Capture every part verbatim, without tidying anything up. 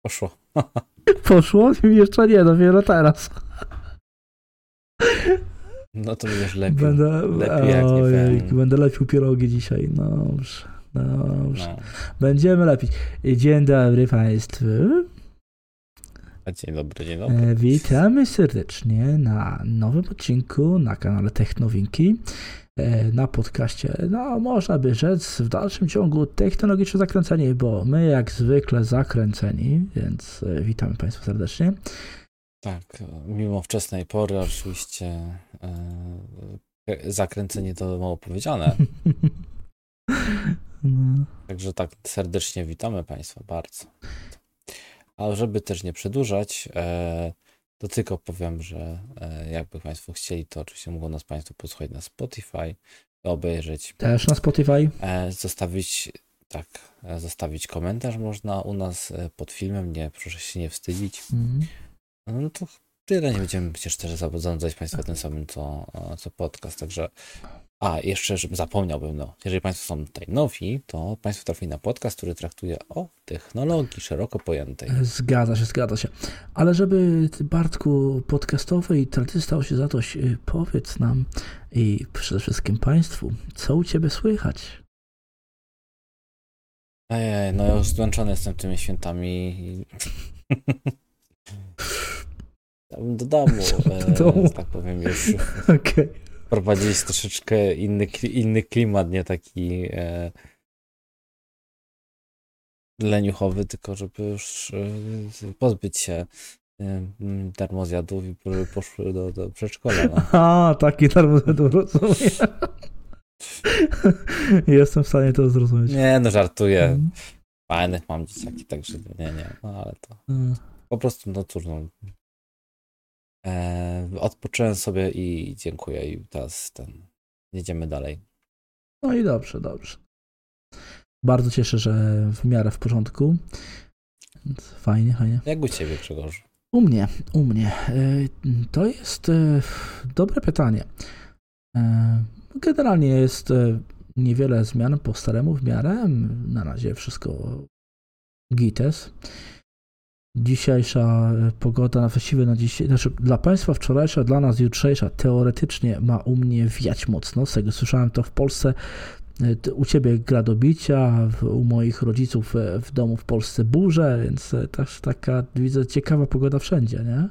Poszło. Poszło? Jeszcze nie, dopiero teraz. No to będziesz lepiej. Będę, Lepiej jak nie ojej, wiem. będę lepił pierogi dzisiaj. Dobrze, dobrze. No. Będziemy lepić. Dzień dobry Państwu. A dzień dobry, dzień dobry. E, Witamy serdecznie na nowym odcinku na kanale Technowinki. E, Na podcaście, no można by rzec w dalszym ciągu technologicznie zakręceni, bo my jak zwykle zakręceni, więc e, witamy Państwa serdecznie. Tak, mimo wczesnej pory oczywiście e, zakręcenie to mało powiedziane. No. Także tak serdecznie witamy Państwa bardzo. Ale żeby też nie przedłużać, e, to tylko powiem, że e, jakby Państwo chcieli, to oczywiście mogą nas Państwo posłuchać na Spotify, obejrzeć, Też na Spotify. e, zostawić, tak, e, zostawić komentarz można u nas e, pod filmem, nie, proszę się nie wstydzić. Mhm. No to tyle, nie będziemy przecież też zarządzać Państwa tym samym co, co podcast, także a, jeszcze żebym zapomniałbym, no, jeżeli Państwo są tutaj nowi, to Państwo trafili na podcast, który traktuje o technologii szeroko pojętej. Zgadza się, zgadza się. Ale żeby Bartku podcastowej tradycji stało się zadość, y, powiedz nam i przede wszystkim Państwu, co u Ciebie słychać? Ej, no ja już zmęczony jestem tymi świętami. Chciałbym do domu, Do domu. e, tak powiem, już Okej. wprowadzić troszeczkę inny, kli- inny klimat, nie taki e, leniuchowy, tylko żeby już e, pozbyć się e, darmozjadów i żeby poszły do, do przedszkola. No. A, taki darmowy rozumiem. Jestem w stanie to zrozumieć. Nie, no żartuję. Mhm. Fajnych mam dzieciaki, także nie, nie, no ale to Mm. po prostu, no cóż, no. E, odpocząłem sobie i dziękuję i teraz ten, jedziemy dalej. No i dobrze, dobrze. Bardzo cieszę, że w miarę w porządku. Więc fajnie, fajnie. Jak u ciebie, Grzegorz? U mnie, u mnie. y, To jest y, dobre pytanie. Y, Generalnie jest y, niewiele zmian po staremu w miarę. Na razie wszystko gites. Dzisiejsza y, pogoda, właściwie na dzisiaj, znaczy dla Państwa wczorajsza, dla nas jutrzejsza teoretycznie ma u mnie wiać mocno. Z tego słyszałem to w Polsce. Y, t- U Ciebie gra do bicia, w- u moich rodziców y, w domu w Polsce burze, więc y, też taka, widzę, ciekawa pogoda wszędzie, nie?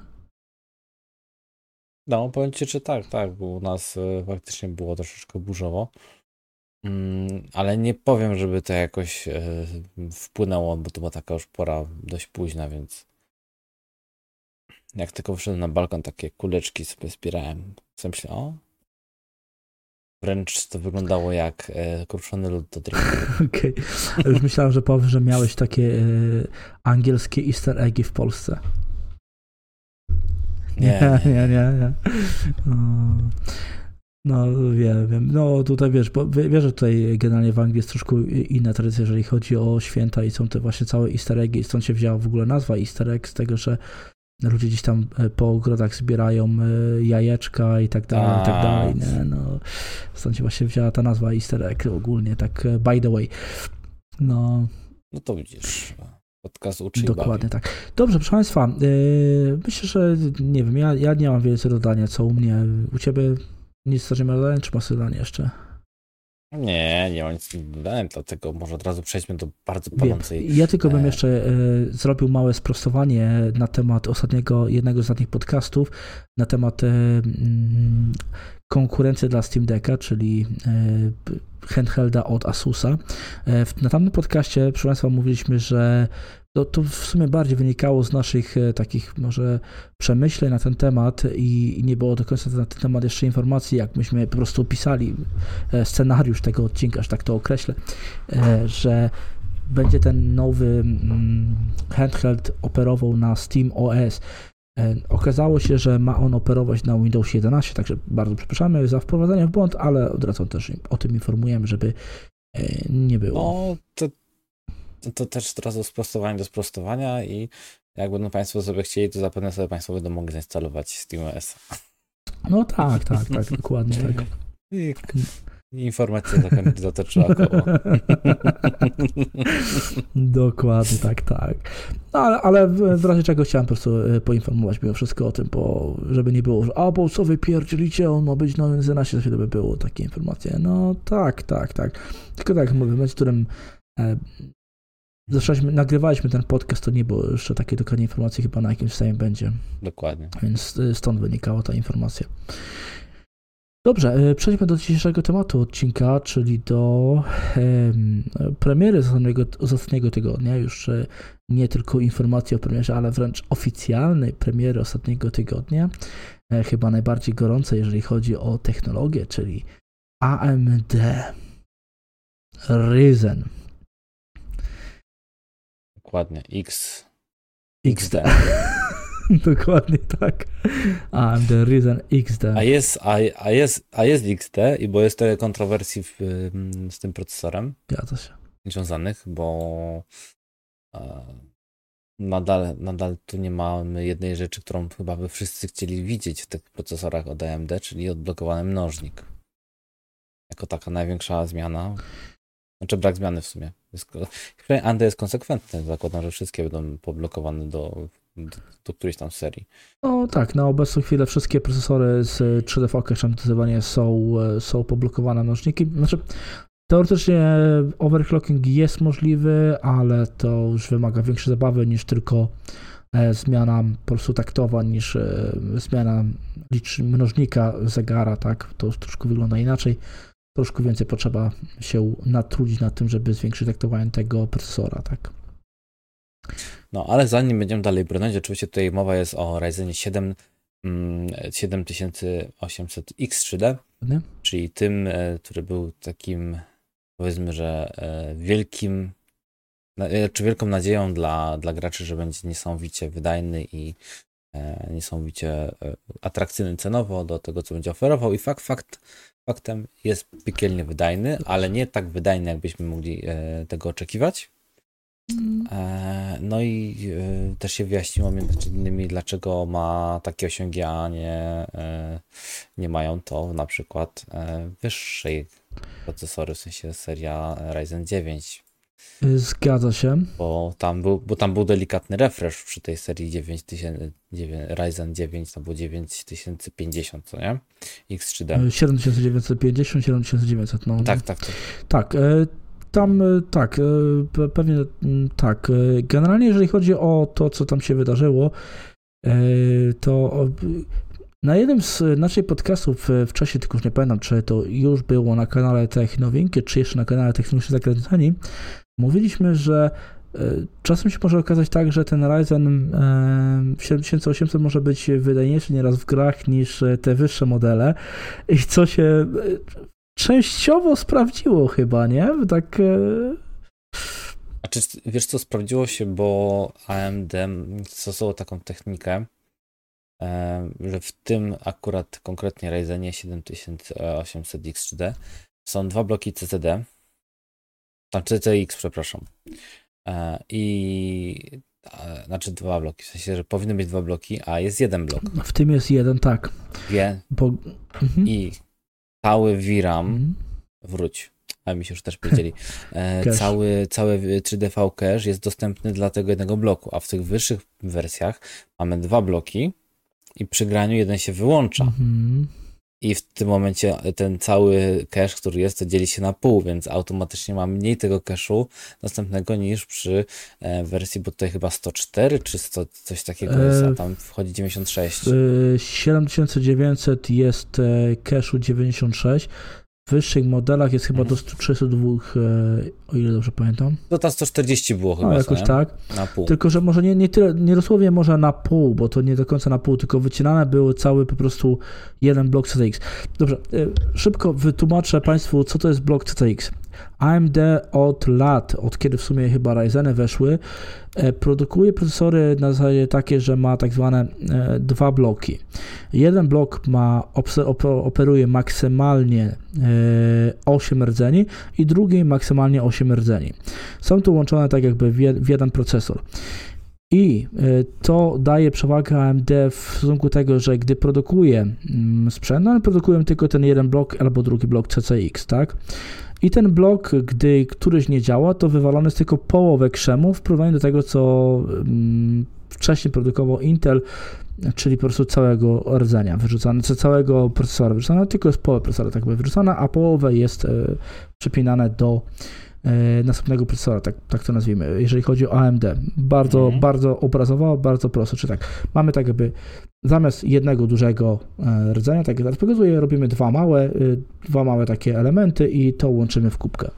No, powiem ci, że tak, tak, bo u nas e, faktycznie było troszeczkę burzowo, mm, ale nie powiem, żeby to jakoś e, wpłynęło, bo to była taka już pora dość późna, więc jak tylko wyszedłem na balkon, takie kuleczki sobie zbierałem, sobie myślę, o, wręcz to wyglądało jak e, kruszony lód do drinku. Okej. Już myślałem, że powiesz, że miałeś takie y, angielskie easter eggi w Polsce. Nie, nie, nie, nie. nie. No, no wiem, wiem. No tutaj wiesz, bo wie- wiesz, że tutaj generalnie w Anglii jest troszkę inna tradycja, jeżeli chodzi o święta i są te właśnie całe easter eggi. I stąd się wzięła w ogóle nazwa easter egg, z tego, że ludzie gdzieś tam e, po ogrodach zbierają e, jajeczka i tak dalej, i tak dalej, nie? No, stąd się właśnie wzięła ta nazwa easter egg ogólnie, tak e, by the way. No, No to widzisz, podcast uczy i dokładnie bawi. tak. Dobrze, proszę Państwa, yy, myślę, że nie wiem, ja, ja nie mam więcej dodania, co u mnie. U Ciebie nic też nie ma dodania, czy masz dodanie jeszcze? Nie, nie ma nic do dodania, dlatego może od razu przejdźmy do bardzo Wiem. palącej. Ja tylko bym e, jeszcze yy, zrobił małe sprostowanie na temat ostatniego, jednego z ostatnich podcastów, na temat yy, mm, konkurencji dla Steam Decka, czyli yy, handhelda od Asusa. Yy, w- na tamtym podcaście, proszę Państwa, mówiliśmy, że to, to w sumie bardziej wynikało z naszych e, takich może przemyśleń na ten temat i, i nie było do końca na ten temat jeszcze informacji, jak myśmy po prostu pisali e, scenariusz tego odcinka, że tak to określę, e, że będzie ten nowy mm, handheld operował na SteamOS. E, Okazało się, że ma on operować na Windows jedenaście, także bardzo przepraszamy za wprowadzenie w błąd, ale od razu też o tym informujemy, żeby e, nie było. No, to, to, to też od razu sprostowanie do sprostowania i jak będą Państwo sobie chcieli, to zapewne sobie Państwo będą mogli zainstalować SteamOS. No tak, tak, tak, dokładnie tak. I Informacja zatoczyła koło. Dokładnie, tak, tak. No, ale, ale w razie czego chciałem po prostu poinformować mimo wszystko o tym, bo żeby nie było, że a, bo co wy pierdzielicie, on ma być na jedenaście, to by było takie informacje. No tak, tak, tak. Tylko tak jak mówię, w momencie, w którym e, zaczęliśmy, nagrywaliśmy ten podcast, to nie było jeszcze takiej dokładnej informacji, chyba na jakimś samym będzie. Dokładnie. Więc stąd wynikała ta informacja. Dobrze, przejdźmy do dzisiejszego tematu odcinka, czyli do e, premiery z ostatniego, z ostatniego tygodnia. Już e, nie tylko informacji o premierze, ale wręcz oficjalnej premiery ostatniego tygodnia. E, chyba najbardziej gorące, jeżeli chodzi o technologię, czyli A M D Ryzen. Dokładnie, X. X D. Dokładnie tak. A M D Ryzen X D. A jest, a, a jest, a jest X D, i bo jest tyle kontrowersji w, z tym procesorem. Zgadza się. Związanych, bo e, nadal, nadal tu nie mamy jednej rzeczy, którą chyba by wszyscy chcieli widzieć w tych procesorach od A M D, czyli odblokowany mnożnik. Jako taka największa zmiana. Znaczy brak zmiany w sumie. A M D jest konsekwentny. Zakładam, że wszystkie będą poblokowane do, do, do którejś tam serii. No tak, na obecną chwilę wszystkie procesory z trzy D V Cache nazywanie są, są poblokowane mnożniki. Znaczy, teoretycznie overclocking jest możliwy, ale to już wymaga większej zabawy niż tylko e, zmiana po prostu taktowa, niż e, zmiana licz, mnożnika zegara, tak? To już troszkę wygląda inaczej. Troszkę więcej potrzeba się natrudzić nad tym, żeby zwiększyć taktowanie tego procesora, tak? No, ale zanim będziemy dalej brnąć, oczywiście tutaj mowa jest o Ryzenie siedem, siedem tysięcy osiemset X trzy D, Nie? czyli tym, który był takim, powiedzmy, że wielkim, czy wielką nadzieją dla, dla graczy, że będzie niesamowicie wydajny i niesamowicie atrakcyjny cenowo do tego, co będzie oferował. I fakt, fakt, faktem jest piekielnie wydajny, ale nie tak wydajny, jakbyśmy mogli tego oczekiwać. No i też się wyjaśniło między innymi, dlaczego ma takie osiągi, a nie, nie mają to na przykład wyższej procesory, w sensie seria Ryzen dziewięć. Zgadza się. Bo tam był, bo tam był delikatny refresh przy tej serii dziewięć tysięcy, Ryzen dziewięć, to było dziewięć tysięcy pięćdziesiąt, co nie? X trzy D. siedem tysięcy dziewięćset pięćdziesiąt, siedem tysięcy dziewięćset, no. Tak, tak, tak. Tak, tam tak, pewnie tak. Generalnie jeżeli chodzi o to, co tam się wydarzyło, to na jednym z naszych podcastów w czasie, tylko już nie pamiętam, czy to już było na kanale Tech Nowinki, czy jeszcze na kanale Technologicznie Zakręceni, mówiliśmy, że czasem się może okazać tak, że ten Ryzen siedem tysięcy osiemset może być wydajniejszy nieraz w grach niż te wyższe modele i co się częściowo sprawdziło chyba, nie? Tak... A czy wiesz co, sprawdziło się, bo A M D stosowało taką technikę, że w tym akurat konkretnie Ryzenie siedem tysięcy osiemset X trzy D są dwa bloki C C D, tam C C X, przepraszam, i znaczy dwa bloki, w sensie, że powinny być dwa bloki, a jest jeden blok. W tym jest jeden, tak. Wie. Bo... Mhm. I cały V RAM, mhm. wróć, a mi się już też powiedzieli, e, cały, cały trzy D V Cache jest dostępny dla tego jednego bloku, a w tych wyższych wersjach mamy dwa bloki i przy graniu jeden się wyłącza. Mhm. I w tym momencie ten cały cache, który jest, to dzieli się na pół, więc automatycznie ma mniej tego cache'u dostępnego niż przy e, wersji, bo tutaj chyba sto cztery czy sto, coś takiego jest, a tam wchodzi dziewięćdziesiąt sześć. siedem tysięcy dziewięćset jest e, cache'u dziewięćdziesiąt sześć. W wyższych modelach jest chyba hmm. do sto trzydzieści dwa, o ile dobrze pamiętam. To ta sto czterdzieści było chyba. No, jakoś nie? tak. Na pół. Tylko, że może nie, nie, tyle, nie dosłownie może na pół, bo to nie do końca na pół, tylko wycinane były cały po prostu jeden blok C C X. Dobrze, szybko wytłumaczę Państwu, co to jest blok C C X. A M D od lat, od kiedy w sumie chyba Ryzeny weszły, produkuje procesory na zasadzie takie, że ma tak zwane dwa bloki. Jeden blok ma, operuje maksymalnie osiem rdzeni i drugi maksymalnie osiem rdzeni. Są tu łączone tak jakby w jeden procesor. I to daje przewagę A M D w stosunku tego, że gdy produkuje sprzęt, no ale produkują tylko ten jeden blok albo drugi blok C C X, tak? I ten blok, gdy któryś nie działa, to wywalony jest tylko połowę krzemu w porównaniu do tego, co wcześniej produkował Intel, czyli po prostu całego rdzenia wyrzucane, całego procesora wyrzucane, tylko jest połowa procesora tak by wyrzucana, a połowę jest przypinane do następnego procesora, tak, tak to nazwijmy, jeżeli chodzi o A M D. Bardzo, mhm. bardzo obrazowo, bardzo prosto, czy tak, mamy tak jakby zamiast jednego dużego rdzenia, tak jak teraz pokazuję, robimy dwa małe, dwa małe takie elementy i to łączymy w kubkę.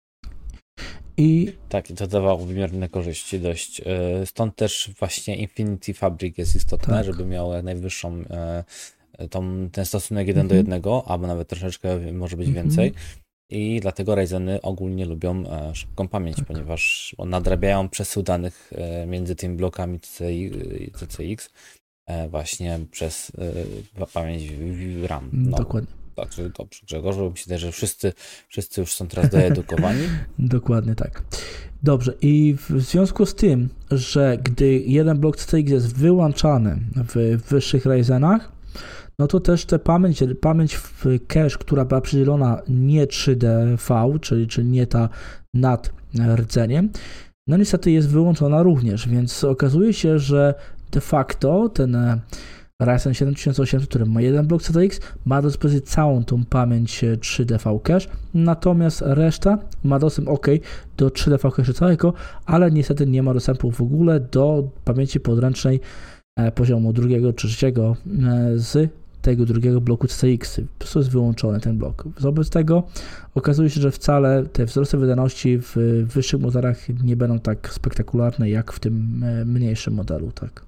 I tak, i to dawało wymierne korzyści dość. Stąd też właśnie Infinity Fabric jest istotne, tak. żeby miał jak najwyższą tą, ten stosunek jeden mhm. do jednego, albo nawet troszeczkę może być mhm. więcej. I dlatego Ryzeny ogólnie lubią e, szybką pamięć, tak. ponieważ nadrabiają przesył danych e, między tymi blokami C C X e, właśnie przez e, pamięć RAM. No, Dokładnie. Także dobrze, Grzegorzu, myślę, że wszyscy, wszyscy już są teraz doedukowani. Dokładnie tak. Dobrze, i w związku z tym, że gdy jeden blok C C X jest wyłączany w wyższych Ryzenach, no to też ta pamięć, pamięć w cache, która była przydzielona nie trzy D V, czyli, czyli nie ta nad rdzeniem, no niestety jest wyłączona również, więc okazuje się, że de facto ten Ryzen siedem tysiąc osiemset, który ma jeden blok C C X, ma do dyspozycji całą tą pamięć trzy D V cache, natomiast reszta ma dostęp ok do trzy D V cache całego, ale niestety nie ma dostępu w ogóle do pamięci podręcznej poziomu drugiego czy trzeciego z tego drugiego bloku C C X. Po prostu jest wyłączony ten blok. Wobec tego okazuje się, że wcale te wzrosty wydajności w wyższych modelach nie będą tak spektakularne jak w tym mniejszym modelu, tak.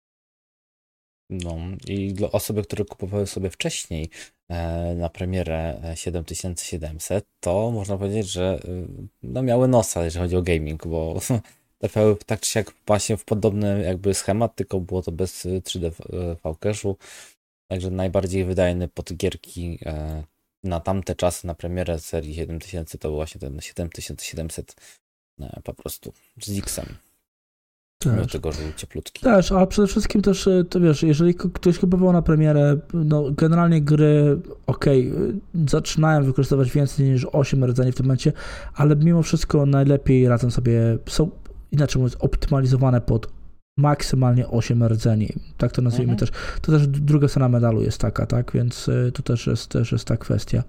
No i dla osoby, które kupowały sobie wcześniej e, na premierę siedem tysięcy siedemset, to można powiedzieć, że no, miały nosa, jeżeli chodzi o gaming, bo trafiały tak czy siak właśnie w podobny jakby schemat, tylko było to bez trzy D V cache'u. Także najbardziej wydajny pod gierki e, na tamte czasy, na premierę serii siedem tysięcy, to był właśnie ten siedem tysięcy siedemset e, po prostu z X-em. Mimo tego, że był cieplutki. Też, ale przede wszystkim też, to wiesz, jeżeli ktoś kupował na premierę, no generalnie gry, okej, okay, zaczynają wykorzystywać więcej niż osiem rdzeni w tym momencie, ale mimo wszystko najlepiej radzą sobie, są inaczej mówiąc optymalizowane pod maksymalnie osiem rdzeni, tak to nazwijmy mhm. też. To też druga strona medalu jest taka, tak, więc to też jest, też jest ta kwestia.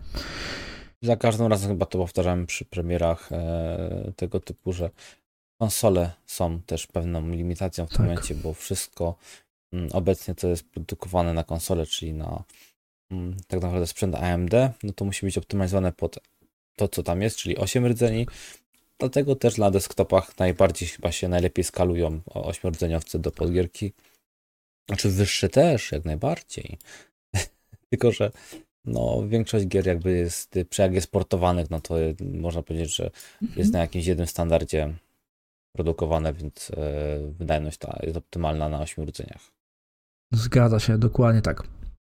Za każdym razem chyba to powtarzałem przy premierach e, tego typu, że konsole są też pewną limitacją w tym tak. momencie, bo wszystko m, obecnie, co jest produkowane na konsole, czyli na m, tak naprawdę sprzęt A M D, no to musi być optymalizowane pod to, co tam jest, czyli osiem rdzeni. Dlatego też na desktopach najbardziej chyba się najlepiej skalują ośmiordzeniowce do podgierki. Znaczy wyższe też, jak najbardziej. Tylko, że no, większość gier jakby jest, jak jest portowanych, no to można powiedzieć, że jest na jakimś jednym standardzie produkowane, więc e, wydajność ta jest optymalna na ośmiu rdzeniach. Zgadza się, dokładnie tak.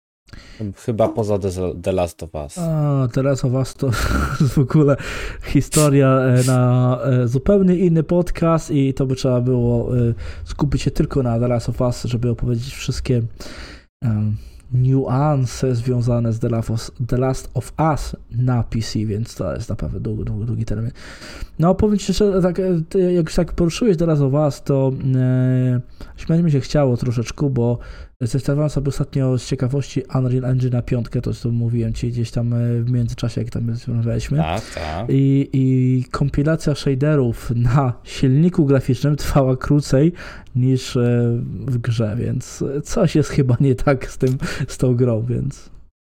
Chyba poza The Last of Us. A, The Last of Us to w ogóle historia na zupełnie inny podcast i to by trzeba było skupić się tylko na The Last of Us, żeby opowiedzieć wszystkie um, niuanse związane z The Last, of, The Last of Us na P C, więc to jest naprawdę długi, długi, długi termin. No powiem Ci szczerze, tak, jak już tak poruszyłeś The Last of Us, to e, śmiać mi się chciało troszeczkę, bo zestawałem sobie ostatnio z ciekawości Unreal Engine na piątkę, to co mówiłem Ci gdzieś tam w międzyczasie, jak tam rozmawialiśmy. Tak, tak. I, I kompilacja shaderów na silniku graficznym trwała krócej niż w grze, więc coś jest chyba nie tak z tym, z tą grą, więc...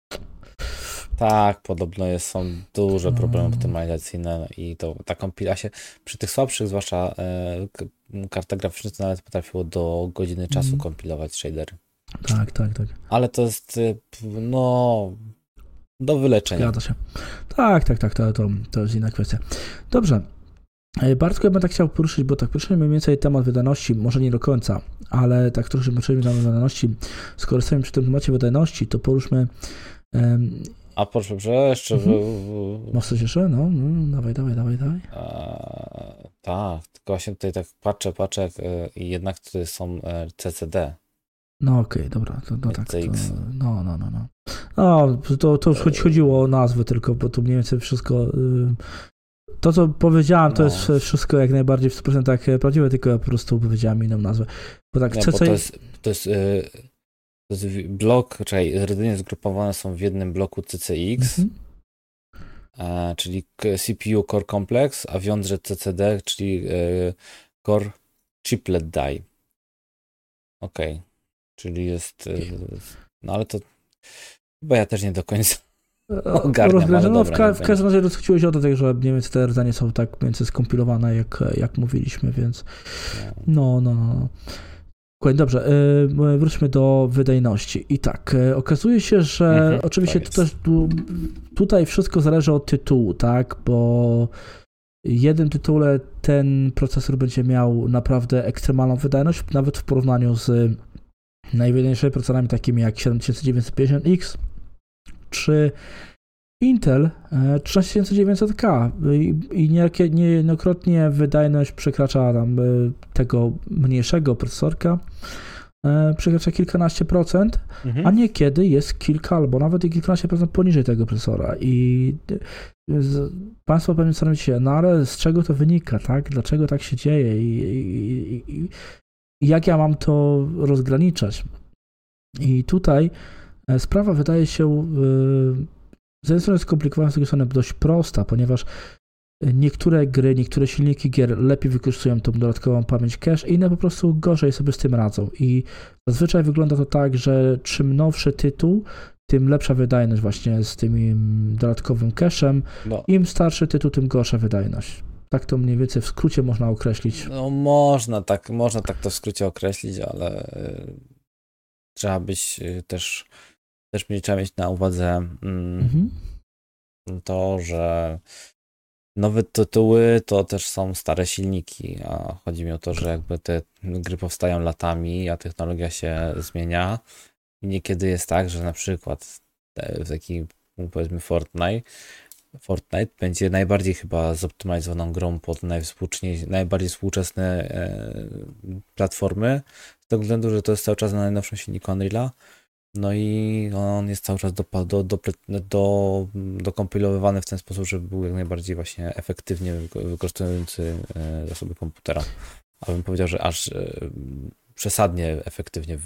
Tak, podobno jest, są duże problemy optymalizacyjne i to ta kompilacja przy tych słabszych, zwłaszcza e, karta graficzna nawet potrafiło do godziny czasu mm. kompilować shadery. Tak, tak, tak. Ale to jest no do wyleczenia. Zgadza się. Tak, tak, tak, to, to, to jest inna kwestia. Dobrze. Bartku, ja bym tak chciał poruszyć, bo tak poruszyliśmy mniej więcej temat wydajności, może nie do końca, ale tak trochę poruszyliśmy temat wydajności. Skoro jesteśmy przy tym temacie wydajności, to poruszmy um, A proszę, proszę jeszcze... Mhm. W... Masz coś jeszcze? No, no, dawaj, dawaj, dawaj, dawaj. Eee, tak, tylko właśnie tutaj tak patrzę, patrzę jak, e, i jednak tutaj są e, C C D. No okej, okay, dobra, to, no tak, to, C X. no, no, no, no. No, to, to już chodziło o nazwy tylko, bo tu mniej więcej wszystko... Y, to, co powiedziałem, to No. jest wszystko jak najbardziej w stu procentach prawdziwe, tylko ja po prostu powiedziałem inną nazwę. Bo tak, Nie, C C... bo to jest, to jest, e, to jest blok, czyli rdzenie zgrupowane są w jednym bloku C C X, Mhm. e, czyli C P U Core Complex, a w jądrze C C D, czyli e, Core Chiplet Die. Okej, okay. Czyli jest... E, no ale to chyba ja też nie do końca ogarniam, ale no, dobra, w, ka- w każdym razie rozchodziło się o to, tak, że mniej więcej te rdzenie są tak mniej więcej skompilowane, jak, jak mówiliśmy, więc no, no, no. Dokładnie, dobrze, yy, wróćmy do wydajności. I tak, yy, okazuje się, że mhm, oczywiście to też tu, tutaj wszystko zależy od tytułu, tak, bo w jednym tytule ten procesor będzie miał naprawdę ekstremalną wydajność, nawet w porównaniu z najwydajniejszymi procesorami takimi jak siedem tysięcy dziewięćset pięćdziesiąt X czy Intel trzynaście tysięcy dziewięćset K i niejednokrotnie wydajność przekracza tam tego mniejszego procesorka, przekracza kilkanaście procent, mhm. a niekiedy jest kilka albo nawet i kilkanaście procent poniżej tego procesora i z, Państwo pewnie zastanawiacie się, no ale z czego to wynika, tak? Dlaczego tak się dzieje i, i, i, i jak ja mam to rozgraniczać? I tutaj sprawa wydaje się z jednej strony skomplikowana, z drugiej strony dość prosta, ponieważ niektóre gry, niektóre silniki gier lepiej wykorzystują tą dodatkową pamięć cache, inne po prostu gorzej sobie z tym radzą. I zazwyczaj wygląda to tak, że czym nowszy tytuł, tym lepsza wydajność właśnie z tym dodatkowym cache'em. No. Im starszy tytuł, tym gorsza wydajność. Tak to mniej więcej w skrócie można określić. No można tak, można tak to w skrócie określić, ale trzeba być też też trzeba mieć na uwadze mm, mhm. to, że nowe tytuły to też są stare silniki, a chodzi mi o to, że jakby te gry powstają latami, a technologia się zmienia i niekiedy jest tak, że na przykład w taki, powiedzmy, Fortnite Fortnite będzie najbardziej chyba zoptymalizowaną grą pod najbardziej współczesne e, platformy, z tego względu, że to jest cały czas na najnowszym silniku Unreal'a. No i on jest cały czas do, do, do, do, dokompilowywany w ten sposób, żeby był jak najbardziej właśnie efektywnie wykorzystujący zasoby komputera. A bym powiedział, że aż przesadnie efektywnie,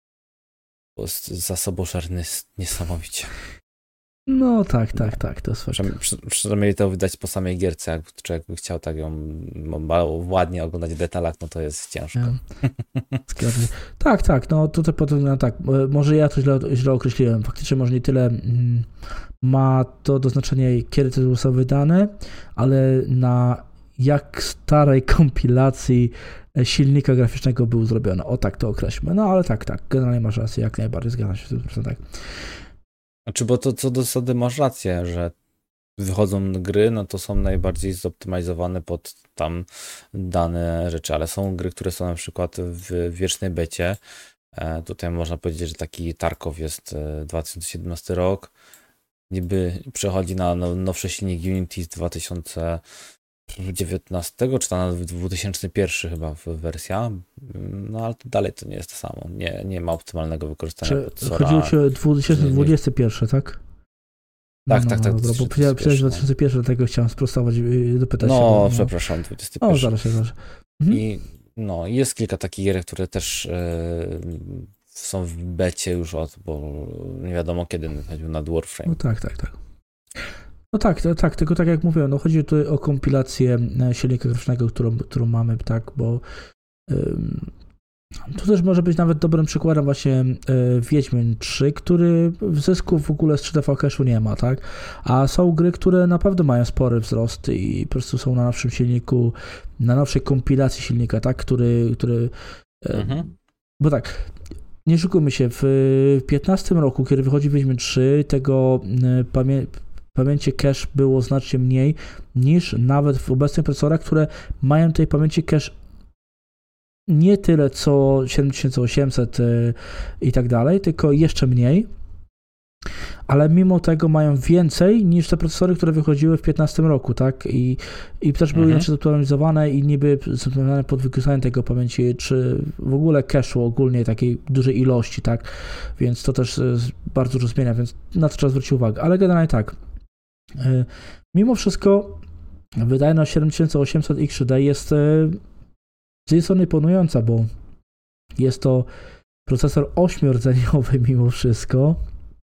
bo zasobożerny jest niesamowicie. No tak, tak, tak, to jest fakt. Przynajmniej to wydać po samej gierce, jak człowiek by chciał tak ją ładnie oglądać w detalach, no to jest ciężko. Ja. Tak, tak, no tutaj potem, no tak, może ja to źle, źle określiłem, faktycznie może nie tyle mm, ma to do znaczenia, kiedy te tytuły są wydane, ale na jak starej kompilacji silnika graficznego był zrobiony, o tak to określmy, no ale tak, tak, generalnie masz rację, jak najbardziej zgadzam się w tym, tak. Znaczy, bo to co do zasady masz rację, że wychodzą gry, no to są najbardziej zoptymalizowane pod tam dane rzeczy, ale są gry, które są na przykład w wiecznej becie. E, tutaj można powiedzieć, że taki Tarkov jest dwa tysiące siedemnasty rok, niby przechodzi na nowszy silnik Unity z dwa tysiące dziewiętnastego, czy tam nawet dwa tysiące pierwszy chyba wersja, no ale to dalej to nie jest to samo, nie, nie ma optymalnego wykorzystania procesora. Chodziło ci o dwa tysiące dwudziesty pierwszy, tak? No, tak, no, tak, tak. Dobra, bo powiedziałem dwa tysiące pierwszy, dlatego chciałem sprostować, dopytać no, się. No, przepraszam, dwudziesty pierwszy. O, zaraz się zaraz. Mhm. I no, jest kilka takich gier, które też yy, są w becie już od, bo nie wiadomo kiedy chodził nad Warframe. No tak, tak, tak. No tak, tak, tylko tak jak mówiłem, no chodzi tutaj o kompilację silnika graficznego, którą, którą mamy, tak, bo ym, to też może być nawet dobrym przykładem właśnie y, Wiedźmin trzy, który zysku w ogóle z trzy D V cache'u nie ma, tak, a są gry, które naprawdę mają spory wzrost i po prostu są na nowszym silniku, na nowszej kompilacji silnika, tak, który, który y, mhm. bo tak, nie szukujmy się, w piętnastym roku, kiedy wychodzi Wiedźmin trzy, tego y, pamię pamięci cache było znacznie mniej niż nawet w obecnych procesorach, które mają tej pamięci cache nie tyle co siedem tysięcy osiemset i tak dalej, tylko jeszcze mniej. ale mimo tego mają więcej niż te procesory, które wychodziły w piętnastym roku, tak? I, i też były Mhm. inaczej zoptymalizowane i nie były zoptymalizowane pod wykorzystanie tego pamięci, czy w ogóle cache'u ogólnie takiej dużej ilości, tak? Więc to też e, bardzo dużo zmienia, więc na to trzeba zwrócić uwagę. Ale generalnie tak, e, mimo wszystko wydajność siedem tysięcy osiemset X trzy D jest e, z jednej strony imponująca, bo jest to procesor ośmiordzeniowy mimo wszystko,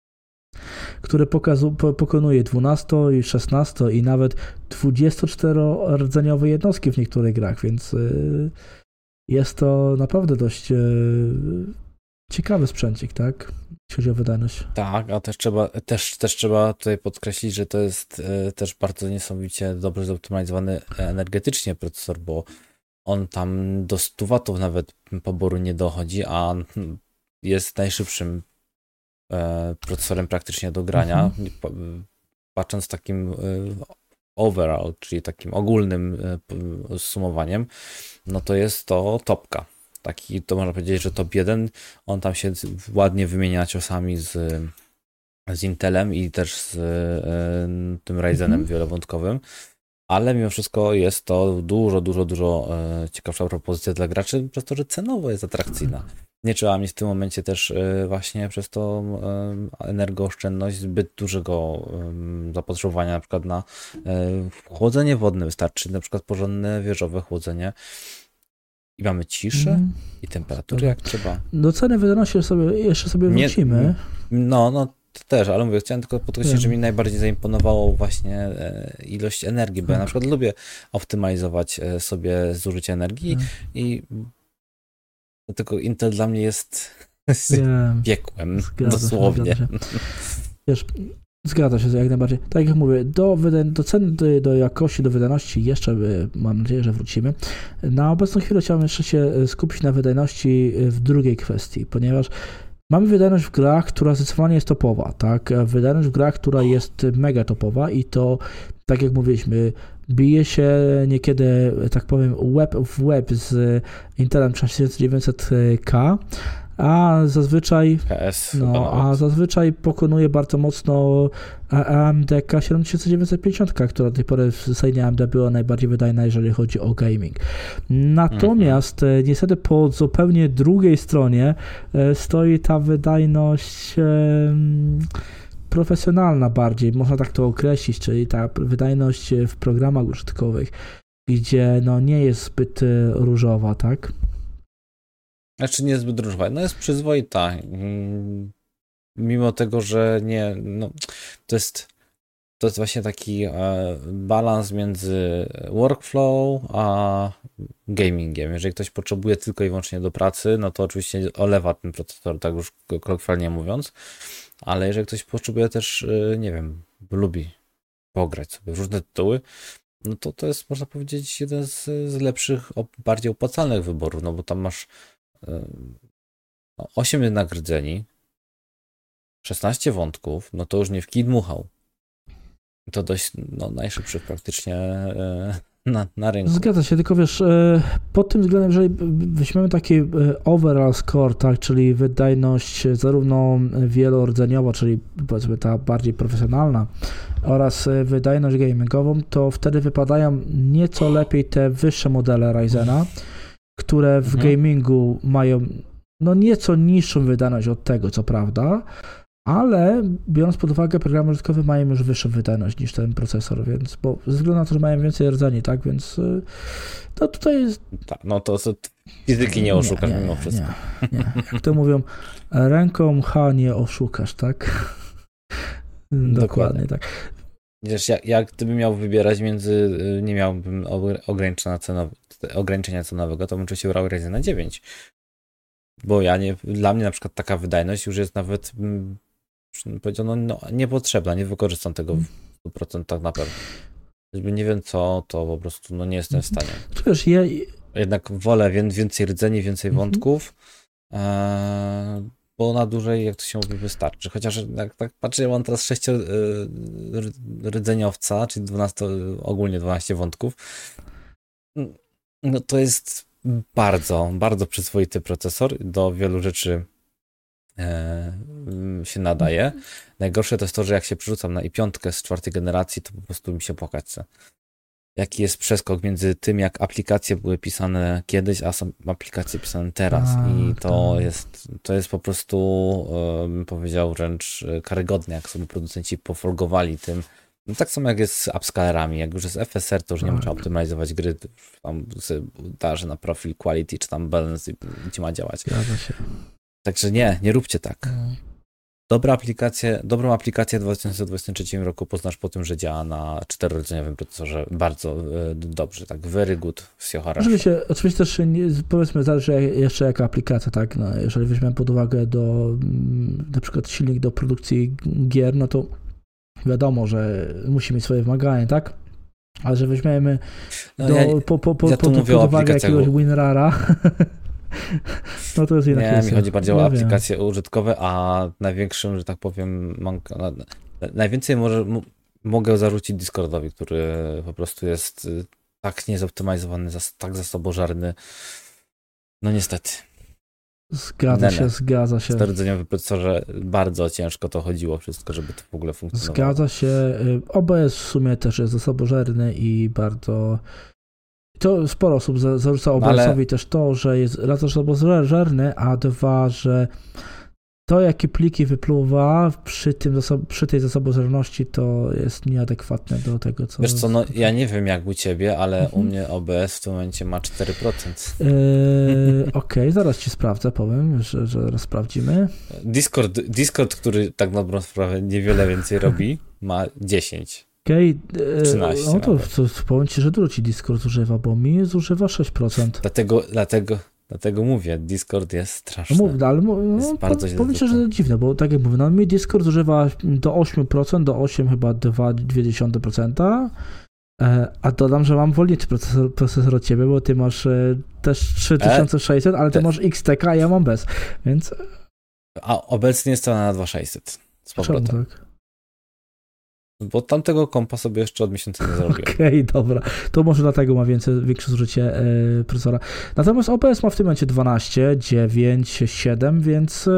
który pokazu, po, pokonuje dwunasto i szesnasto i nawet dwudziestoczterodzeniowe jednostki w niektórych grach, więc y, jest to naprawdę dość y, ciekawy sprzęcik, tak? Jeśli chodzi o wydajność. Tak, a też trzeba, też, też trzeba tutaj podkreślić, że to jest e, też bardzo niesamowicie dobrze zoptymalizowany energetycznie procesor, bo on tam do stu watów nawet poboru nie dochodzi, a jest najszybszym e, procesorem praktycznie do grania. Mhm. Pa- Patrząc takim e, overall, czyli takim ogólnym e, p- sumowaniem, no to jest to topka. Taki, to można powiedzieć, że top jeden. On tam się ładnie wymienia ciosami z, z Intelem i też z e, tym Ryzenem Mhm. wielowątkowym, ale mimo wszystko jest to dużo, dużo, dużo e, ciekawsza propozycja dla graczy, przez to, że cenowo jest atrakcyjna. Nie trzeba mieć w tym momencie też e, właśnie przez to e, energooszczędność zbyt dużego e, zapotrzebowania na przykład na e, chłodzenie wodne. Wystarczy na przykład porządne wieżowe chłodzenie i mamy ciszę Mhm. i temperatury jak trzeba. Do ceny wydajności sobie, jeszcze sobie Nie- wrócimy. No, no to też, ale mówię, chciałem tylko podkreślić, Wiem. że mi najbardziej zaimponowało właśnie e, ilość energii, bo ja na przykład lubię optymalizować e, sobie zużycie energii Mhm. i tylko Intel dla mnie jest Wiem. piekłem, Zgadza się, dosłownie. zgadza się. Wiesz, zgadza się jak najbardziej. Tak jak mówię, do, wyda- do ceny, do, do jakości, do wydajności jeszcze y, mam nadzieję, że wrócimy. Na obecną chwilę chciałbym jeszcze się y, skupić na wydajności y, w drugiej kwestii, ponieważ mamy wydajność w grach, która zdecydowanie jest topowa, tak? Wydajność w grach, która jest mega topowa i to, tak jak mówiliśmy, bije się niekiedy, tak powiem, web w web z Intelem sześć tysięcy dziewięćset K, a zazwyczaj P S chyba no, a nawet. zazwyczaj pokonuje bardzo mocno A M D K siedem tysięcy dziewięćset pięćdziesiąt, która do tej pory w serii A M D była najbardziej wydajna, jeżeli chodzi o gaming. Natomiast e, niestety po zupełnie drugiej stronie e, stoi ta wydajność em, profesjonalna bardziej, można tak to określić, czyli ta wydajność w programach użytkowych, gdzie no nie jest zbyt e, różowa, tak? Znaczy nie zbyt różowa, no jest przyzwoita. Mm, Mimo tego, że nie, no to jest to jest właśnie taki e, balans między workflow a gamingiem. Jeżeli ktoś potrzebuje tylko i wyłącznie do pracy, no to oczywiście olewa ten procesor, tak już kolokwialnie mówiąc, ale jeżeli ktoś potrzebuje też, e, nie wiem, lubi pograć sobie w różne tytuły, no to to jest, można powiedzieć, jeden z, z lepszych, op- bardziej opłacalnych wyborów, no bo tam masz e, no, osiem jednak rdzeni, szesnaście wątków, no to już nie w kij dmuchał. To dość no, najszybszych praktycznie e, na, na rynku. Zgadza się, tylko wiesz, e, pod tym względem, jeżeli weźmiemy taki e, overall score, tak, czyli wydajność zarówno wielordzeniowa, czyli powiedzmy ta bardziej profesjonalna, oraz e, wydajność gamingową, to wtedy wypadają nieco lepiej te wyższe modele Ryzena, które w Mhm. gamingu mają no nieco niższą wydajność od tego, co prawda, ale biorąc pod uwagę, programy użytkowe mają już wyższą wydajność niż ten procesor, więc, bo ze względu na to, że mają więcej rdzeni, tak, więc y, to tutaj jest... Tak, no to, to fizyki nie oszukasz mimo wszystko. Nie, nie. Jak to mówią, ręką H nie oszukasz, tak? Dokładnie, tak. Wiesz, jak, jak gdybym miał wybierać między, y, nie miałbym ogr- ograniczenia, cenowe, ograniczenia cenowego, to bym oczywiście wybrał Ryzena dziewięć. Bo ja nie, dla mnie na przykład taka wydajność już jest nawet, mm, powiedziano, no, niepotrzebna, nie wykorzystam tego w stu procentach na pewno. Gdyby nie wiem co, to po prostu no, nie jestem w stanie. Tu wiesz, ja, Jednak wolę wię- więcej rdzeni, więcej Mhm. wątków, e, bo na dłużej, jak to się mówi, wystarczy. Chociaż jak tak patrzę, ja mam teraz sześcio e, r- rdzeniowca, czyli dwanaście, ogólnie dwanaście wątków. No to jest bardzo, bardzo przyzwoity procesor. Do wielu rzeczy e, się nadaje. Najgorsze to jest to, że jak się przerzucam na i pięć z czwartej generacji, to po prostu mi się płakać chce. Jaki jest przeskok między tym, jak aplikacje były pisane kiedyś, a są aplikacje pisane teraz. A, I to tak. jest, to jest po prostu, e, bym powiedział, wręcz karygodne, jak sobie producenci pofolgowali tym. No tak samo jak jest z upscalerami. Jak już jest F S R, to już nie Tak. można optymalizować gry. Tam sobie darzy na profil quality, czy tam balance i ci ma działać. Zgadza się. Także nie, nie róbcie tak. No. Dobra aplikację, dobrą aplikację w dwa tysiące dwudziestym trzecim roku poznasz po tym, że działa na czterordzeniowym procesorze bardzo y, dobrze, tak very good w Siohara. Oczywiście, oczywiście też nie, powiedzmy zależy jeszcze jaka aplikacja, tak, no, jeżeli weźmiemy pod uwagę do mm, na przykład silnik do produkcji gier, no to wiadomo, że musi mieć swoje wymagania, tak? Ale że weźmiemy No do, ja, po, po, po, ja tu pod, mówię pod o uwagę aplikacjach. jakiegoś WinRara, no to jest jednak Nie, kwestia. mi chodzi bardziej Ja o wiem. aplikacje użytkowe, a największym, że tak powiem, mank- no, najwięcej może m- mogę zarzucić Discordowi, który po prostu jest y, tak niezoptymalizowany, zas- tak zasobożarny. No niestety. Zgadza Nie, się, nie. zgadza W się. czterodzeniowy procesorze bardzo ciężko to chodziło wszystko, żeby to w ogóle funkcjonowało. Zgadza się. Y, O B S w sumie też jest zasobożerny i bardzo... To sporo osób za- zarzuca O B S-owi ale- też to, że jest raz, że zasobożerny, a dwa, że to, jakie pliki wypluwa przy, tym zasob- przy tej zasobożerności, to jest nieadekwatne do tego, co... Wiesz co, no ja nie wiem jak u ciebie, ale Mhm. u mnie O B S w tym momencie ma cztery procent. Yy, Okej, zaraz ci sprawdzę, powiem, że, że zaraz sprawdzimy. Discord, Discord, który tak na dobrą sprawę niewiele więcej robi, ma dziesięć. Okej, yy, trzynaście no to, nawet. to, to powiem ci, że dużo ci Discord zużywa, bo mi zużywa sześć procent. Dlatego, dlatego, dlatego mówię, Discord jest No straszny. mów, ale mu- Jest no, bardzo po, źle powiem ci, że zrobione. to dziwne, bo tak jak mówię, no mi Discord zużywa do osiem procent, do osiem chyba dwa przecinek dwa procent, e, a dodam, że mam wolniejszy procesor, procesor od ciebie, bo ty masz e, też trzy tysiące sześćset, ale ty te- masz X T K, a ja mam bez, więc A obecnie jest cena na dwa tysiące sześćset z czemu powrotem. tak? Bo tamtego kompa sobie jeszcze od miesiąca nie zrobiłem. Okej, dobra, to może dlatego ma więcej, większe zużycie e, procesora. Natomiast O B S ma w tym momencie dwanaście, dziewięć, siedem, więc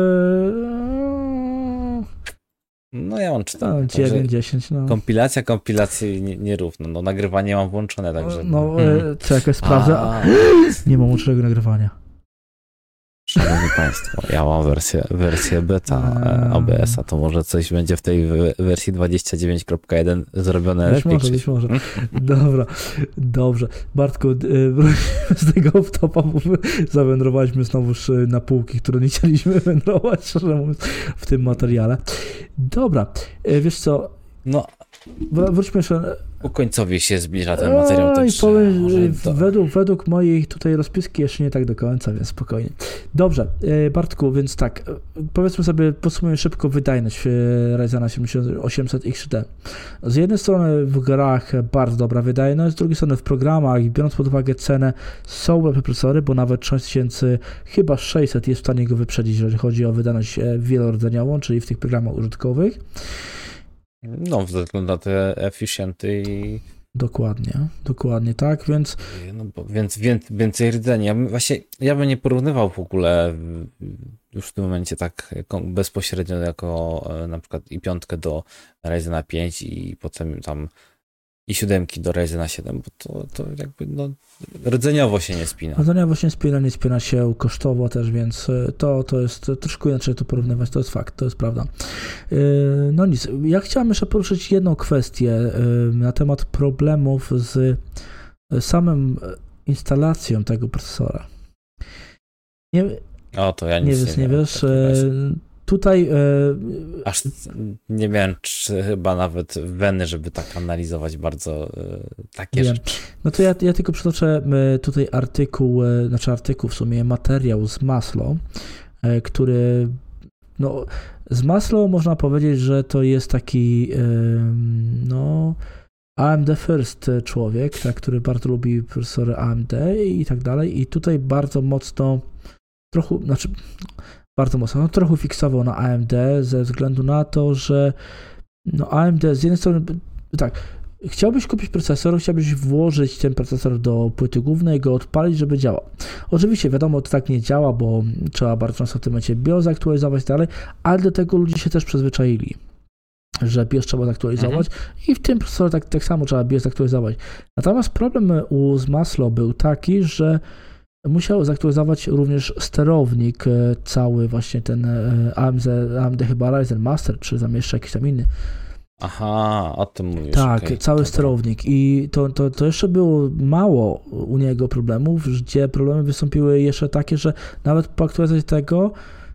e, No ja mam no, cztery. dziewięć, dziesięć, no. Kompilacja kompilacji nie- nierówno. No nagrywanie mam włączone, także... No, Hmm. e, czekaj, sprawdzę. A, Nie mam łącznego nagrywania. Szanowni Państwo, ja mam wersję, wersję beta e, O B S-a, to może coś będzie w tej w- wersji dwadzieścia dziewięć kropka jeden zrobione Być lepiej. może, Krzysiu. być może. Dobra, dobrze. Bartku, y, wrócimy z tego off-topa, bo zawędrowaliśmy znowuż y, na półki, które nie chcieliśmy wędrować, szczerze mówiąc, w tym materiale. Dobra, y, wiesz co, No, wr- wróćmy jeszcze... ku końcowi się zbliża ten materiał, Oj, także powiem, może y, to... według, według mojej tutaj rozpiski jeszcze nie tak do końca, więc spokojnie. Dobrze, y, Bartku, więc tak, y, powiedzmy sobie, podsumujmy szybko wydajność y, Ryzena siedemdziesiąt osiemset X D. Z jednej strony w grach bardzo dobra wydajność, z drugiej strony w programach, biorąc pod uwagę cenę, są lepsze procesory, bo nawet sześć tysięcy, chyba sześćset jest w stanie go wyprzedzić, jeżeli chodzi o wydajność e, wielorodzeniową, czyli w tych programach użytkowych. No, ze względu na te efficienty i... Dokładnie, dokładnie tak, więc No, bo więc, więc więcej rdzeni. Ja bym, właśnie, ja bym nie porównywał w ogóle już w tym momencie tak kon- bezpośrednio jako e, na przykład i piątkę do Ryzena pięć i potem tam i siódemki do Ryzena siedem, bo to, to jakby no rdzeniowo się nie spina. Zadania właśnie spina, nie spina się kosztowo też, więc y, to, to jest troszkę inaczej to porównywać, to jest fakt, to jest prawda. Yy, No nic, ja chciałem jeszcze poruszyć jedną kwestię yy, na temat problemów z y, samym instalacją tego procesora. Nie, O, to ja nie nic wiesz, nie, nie wiem, wiesz, w takim razie. yy, tutaj yy, Aż nie miałem czy chyba nawet weny, żeby tak analizować bardzo e, takie Wiem. rzeczy. No to ja, ja tylko przytoczę e, tutaj artykuł, e, znaczy artykuł w sumie, materiał z Maslow, e, który, no z Maslow można powiedzieć, że to jest taki, e, no A M D first człowiek, tak, który bardzo lubi procesory A M D i tak dalej i tutaj bardzo mocno, trochę, znaczy bardzo mocno, no trochę fiksował na A M D ze względu na to, że no A M D z jednej strony, tak, chciałbyś kupić procesor, chciałbyś włożyć ten procesor do płyty głównej, go odpalić, żeby działał. Oczywiście wiadomo, to tak nie działa, bo trzeba bardzo często w tym momencie BIOS aktualizować i dalej, ale do tego ludzie się też przyzwyczaili, że BIOS trzeba zaktualizować mhm. i w tym procesorze tak, tak samo trzeba BIOS zaktualizować. Natomiast problem u z Maslow był taki, że musiał zaktualizować również sterownik, cały właśnie ten A M D, A M D chyba Ryzen Master, czy tam jeszcze jakiś tam inny. Aha, o tym mówisz. Tak, okay. cały Dobra. sterownik i to, to, to jeszcze było mało u niego problemów, gdzie problemy wystąpiły jeszcze takie, że nawet po aktualizacji tego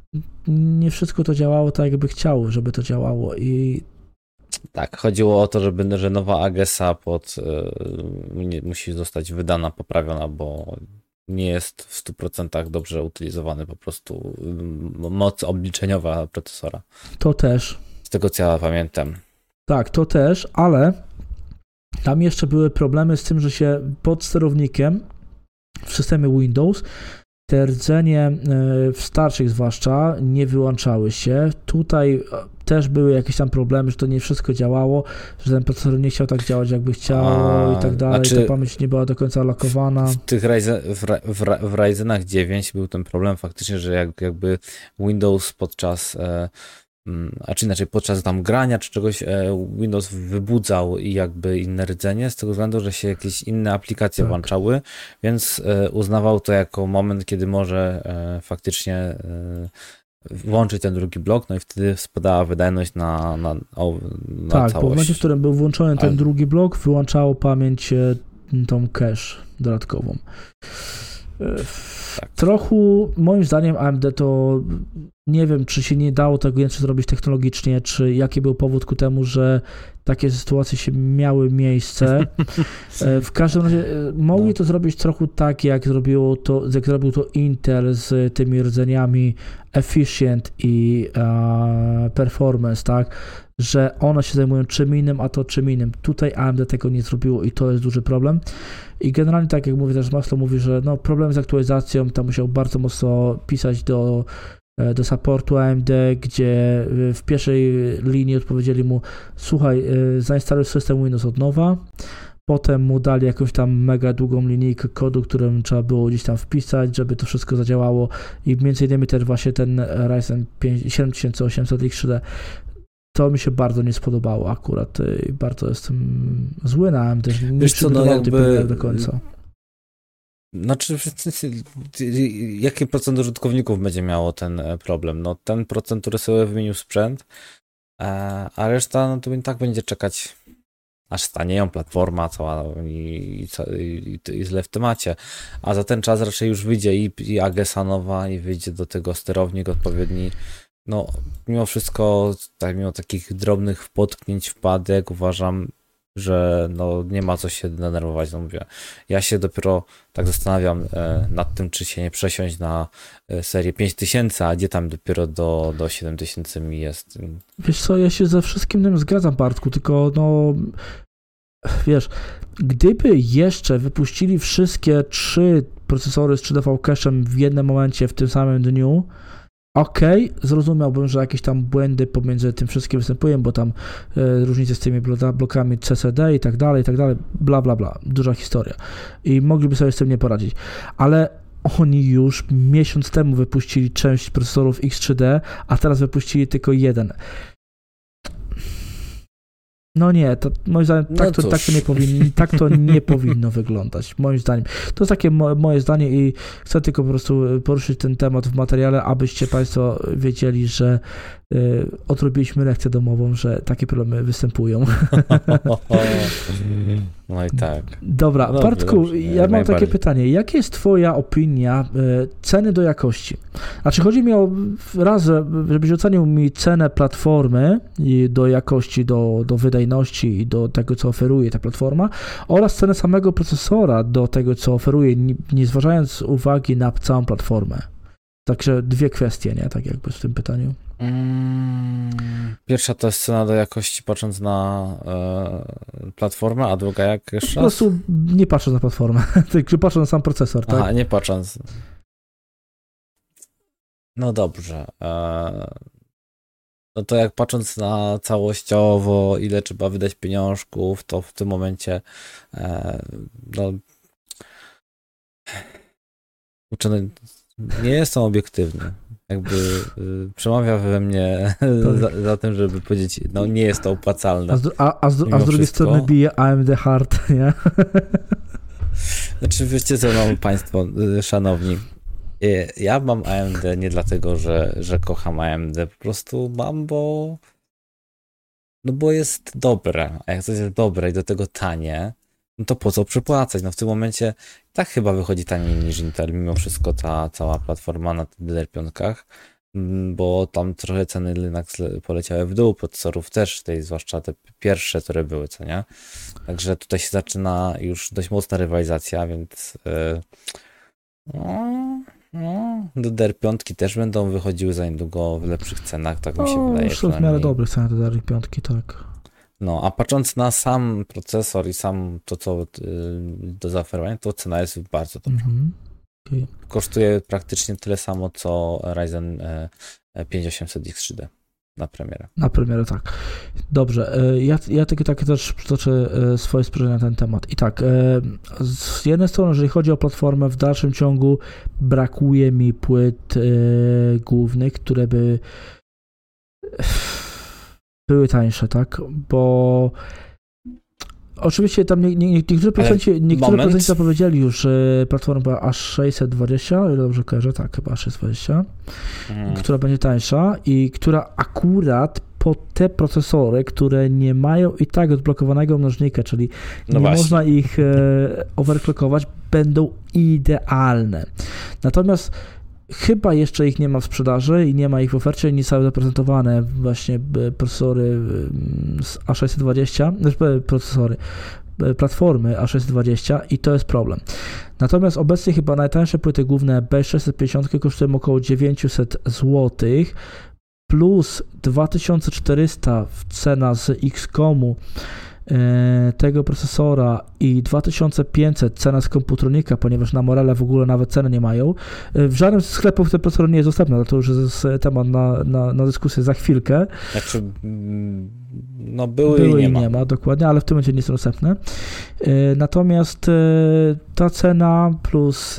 nie wszystko to działało tak, jakby chciał, żeby to działało i tak, chodziło o to, żeby, że nowa A G E S A pod, yy, musi zostać wydana, poprawiona, bo nie jest w stu procentach dobrze utylizowany po prostu yy, moc obliczeniowa procesora. To też. Z tego co ja pamiętam. Tak, to też, ale tam jeszcze były problemy z tym, że się pod sterownikiem w systemie Windows te rdzenie w starszych zwłaszcza nie wyłączały się. Tutaj też były jakieś tam problemy, że to nie wszystko działało, że ten procesor nie chciał tak działać, jakby chciał A, i tak dalej. Ta pamięć nie była do końca lokowana. W tych Ryzen, w, w, w Ryzenach dziewięć był ten problem faktycznie, że jak, jakby Windows podczas e, a czy inaczej, podczas tam grania czy czegoś e, Windows wybudzał i jakby inne rdzenie z tego względu, że się jakieś inne aplikacje tak. włączały, więc e, uznawał to jako moment, kiedy może e, faktycznie e, włączyć ten drugi blok, no i wtedy spadała wydajność na, na, na tak, całość. Tak, po momencie, w którym był włączony ten Ale... drugi blok, wyłączało pamięć e, tą cache dodatkową. E, tak. Trochę, moim zdaniem A M D to nie wiem, czy się nie dało tego jeszcze zrobić technologicznie, czy jaki był powód ku temu, że takie sytuacje się miały miejsce. W każdym razie mogli no. to zrobić trochę tak, jak zrobiło to, jak zrobił to Intel z tymi rdzeniami Efficient i uh, Performance, tak, że one się zajmują czym innym, a to czym innym. Tutaj A M D tego nie zrobiło i to jest duży problem. I generalnie, tak jak mówię, też Maslow mówi, że no, problem z aktualizacją, tam musiał bardzo mocno pisać do do supportu A M D, gdzie w pierwszej linii odpowiedzieli mu: słuchaj, zainstaluj system Windows od nowa. Potem mu dali jakąś tam mega długą linijkę kodu, którą trzeba było gdzieś tam wpisać, żeby to wszystko zadziałało i między innymi też właśnie ten Ryzen siedem tysięcy osiemset X trzy D. To mi się bardzo nie spodobało akurat i bardzo jestem zły na A M D, że nie przygotował tych jakby... do końca. Znaczy, jaki procent użytkowników będzie miało ten problem? No ten procent, który sobie wymienił sprzęt, a reszta no to i tak będzie czekać, aż stanieją platforma cała i, i, i źle w temacie. A za ten czas raczej już wyjdzie i, i A G E S A nowa i wyjdzie do tego sterownik odpowiedni. No mimo wszystko, tak, mimo takich drobnych potknięć, wpadek, uważam, że no nie ma co się denerwować, no mówię. Ja się dopiero tak zastanawiam e, nad tym, czy się nie przesiąść na e, serię pięć tysięcy, a gdzie tam dopiero do, do siedem tysięcy mi jest. Wiesz co, ja się ze wszystkim tym zgadzam, Bartku, tylko no wiesz, gdyby jeszcze wypuścili wszystkie trzy procesory z trzy D V cache'em w jednym momencie, w tym samym dniu, okej, okay, zrozumiałbym, że jakieś tam błędy pomiędzy tym wszystkim występują, bo tam e, różnice z tymi blokami C C D i tak dalej, i tak dalej, bla, bla, bla, duża historia. I mogliby sobie z tym nie poradzić. Ale oni już miesiąc temu wypuścili część procesorów X trzy D, a teraz wypuścili tylko jeden. No nie, to moim zdaniem tak, no to, tak, to nie powinno, tak to nie powinno wyglądać, moim zdaniem. To jest takie mo, moje zdanie i chcę tylko po prostu poruszyć ten temat w materiale, abyście Państwo wiedzieli, że y, odrobiliśmy lekcję domową, że takie problemy występują. No i tak. Dobra, dobrze, Bartku, dobrze, ja mam takie pytanie. Jaka jest Twoja opinia y, ceny do jakości? Znaczy chodzi mi o raz, żebyś ocenił mi cenę platformy i do jakości, do, do wydajności i do tego, co oferuje ta platforma oraz cenę samego procesora do tego, co oferuje, nie, nie zważając uwagi na całą platformę. Także dwie kwestie, nie? Tak jakby w tym pytaniu. Pierwsza to jest cena do jakości patrząc na e, platformę, a druga jak jeszcze? Po prostu nie patrząc na platformę, tylko patrząc na sam procesor, tak? Aha, nie patrząc. No dobrze. E, no to jak patrząc na całościowo, ile trzeba wydać pieniążków, to w tym momencie e, no uczony nie jestem obiektywny. Jakby y, przemawia we mnie za, za tym, żeby powiedzieć, no nie jest to opłacalne. A z, a, a z, a z drugiej wszystko. strony bije A M D hard, nie? Znaczy, wiecie co, mamy państwo, y, szanowni. Y, ja mam A M D nie dlatego, że, że kocham A M D, po prostu mam, bo no bo jest dobre, a jak coś jest dobre i do tego tanie, no to po co przepłacać? No w tym momencie tak chyba wychodzi taniej niż Intel, mimo wszystko ta cała platforma na D D R pięć, bo tam trochę ceny Linux poleciały w dół, procesorów też, tej, zwłaszcza te pierwsze, które były, co nie? Także tutaj się zaczyna już dość mocna rywalizacja, więc yy, no, no, D D R pięć też będą wychodziły za niedługo w lepszych cenach, tak mi się O, wydaje. już są w miarę dobrych cenach D D R pięć, tak. No, a patrząc na sam procesor i sam to, co y, do zaoferowania, to cena jest bardzo dobra. Mhm. Okay. Kosztuje praktycznie tyle samo, co Ryzen y, pięć tysiąc osiemset X trzy D na premierę. Na premierę, tak. Dobrze, ja, ja tylko tak też przytoczę swoje spojrzenie na ten temat. I tak, z jednej strony, jeżeli chodzi o platformę, w dalszym ciągu brakuje mi płyt głównych, które by były tańsze, tak? Bo oczywiście tam nie, nie, niektórzy producenci, niektórzy producenci zapowiedzieli już, że platforma była A sześćset dwadzieścia, o ile dobrze kojarzę, tak, chyba A sześćset dwadzieścia, hmm. która będzie tańsza i która akurat pod te procesory, które nie mają i tak odblokowanego mnożnika, czyli no nie właśnie. Można ich e, overclockować, będą idealne. Natomiast chyba jeszcze ich nie ma w sprzedaży i nie ma ich w ofercie, nie są zaprezentowane właśnie procesory z A sześćset dwadzieścia, procesory, platformy A sześćset dwadzieścia i to jest problem. Natomiast obecnie chyba najtańsze płyty główne B sześćset pięćdziesiąt kosztują około dziewięćset złotych plus dwa tysiące czterysta cena z X COM-u tego procesora i dwa tysiące pięćset cena z Computronika, ponieważ na Morele w ogóle nawet ceny nie mają. W żadnym z sklepów ten procesor nie jest dostępny, to już jest temat na, na, na dyskusję za chwilkę. Znaczy, no były, były i nie ma. nie ma, dokładnie, ale w tym momencie nie są dostępne. Natomiast ta cena plus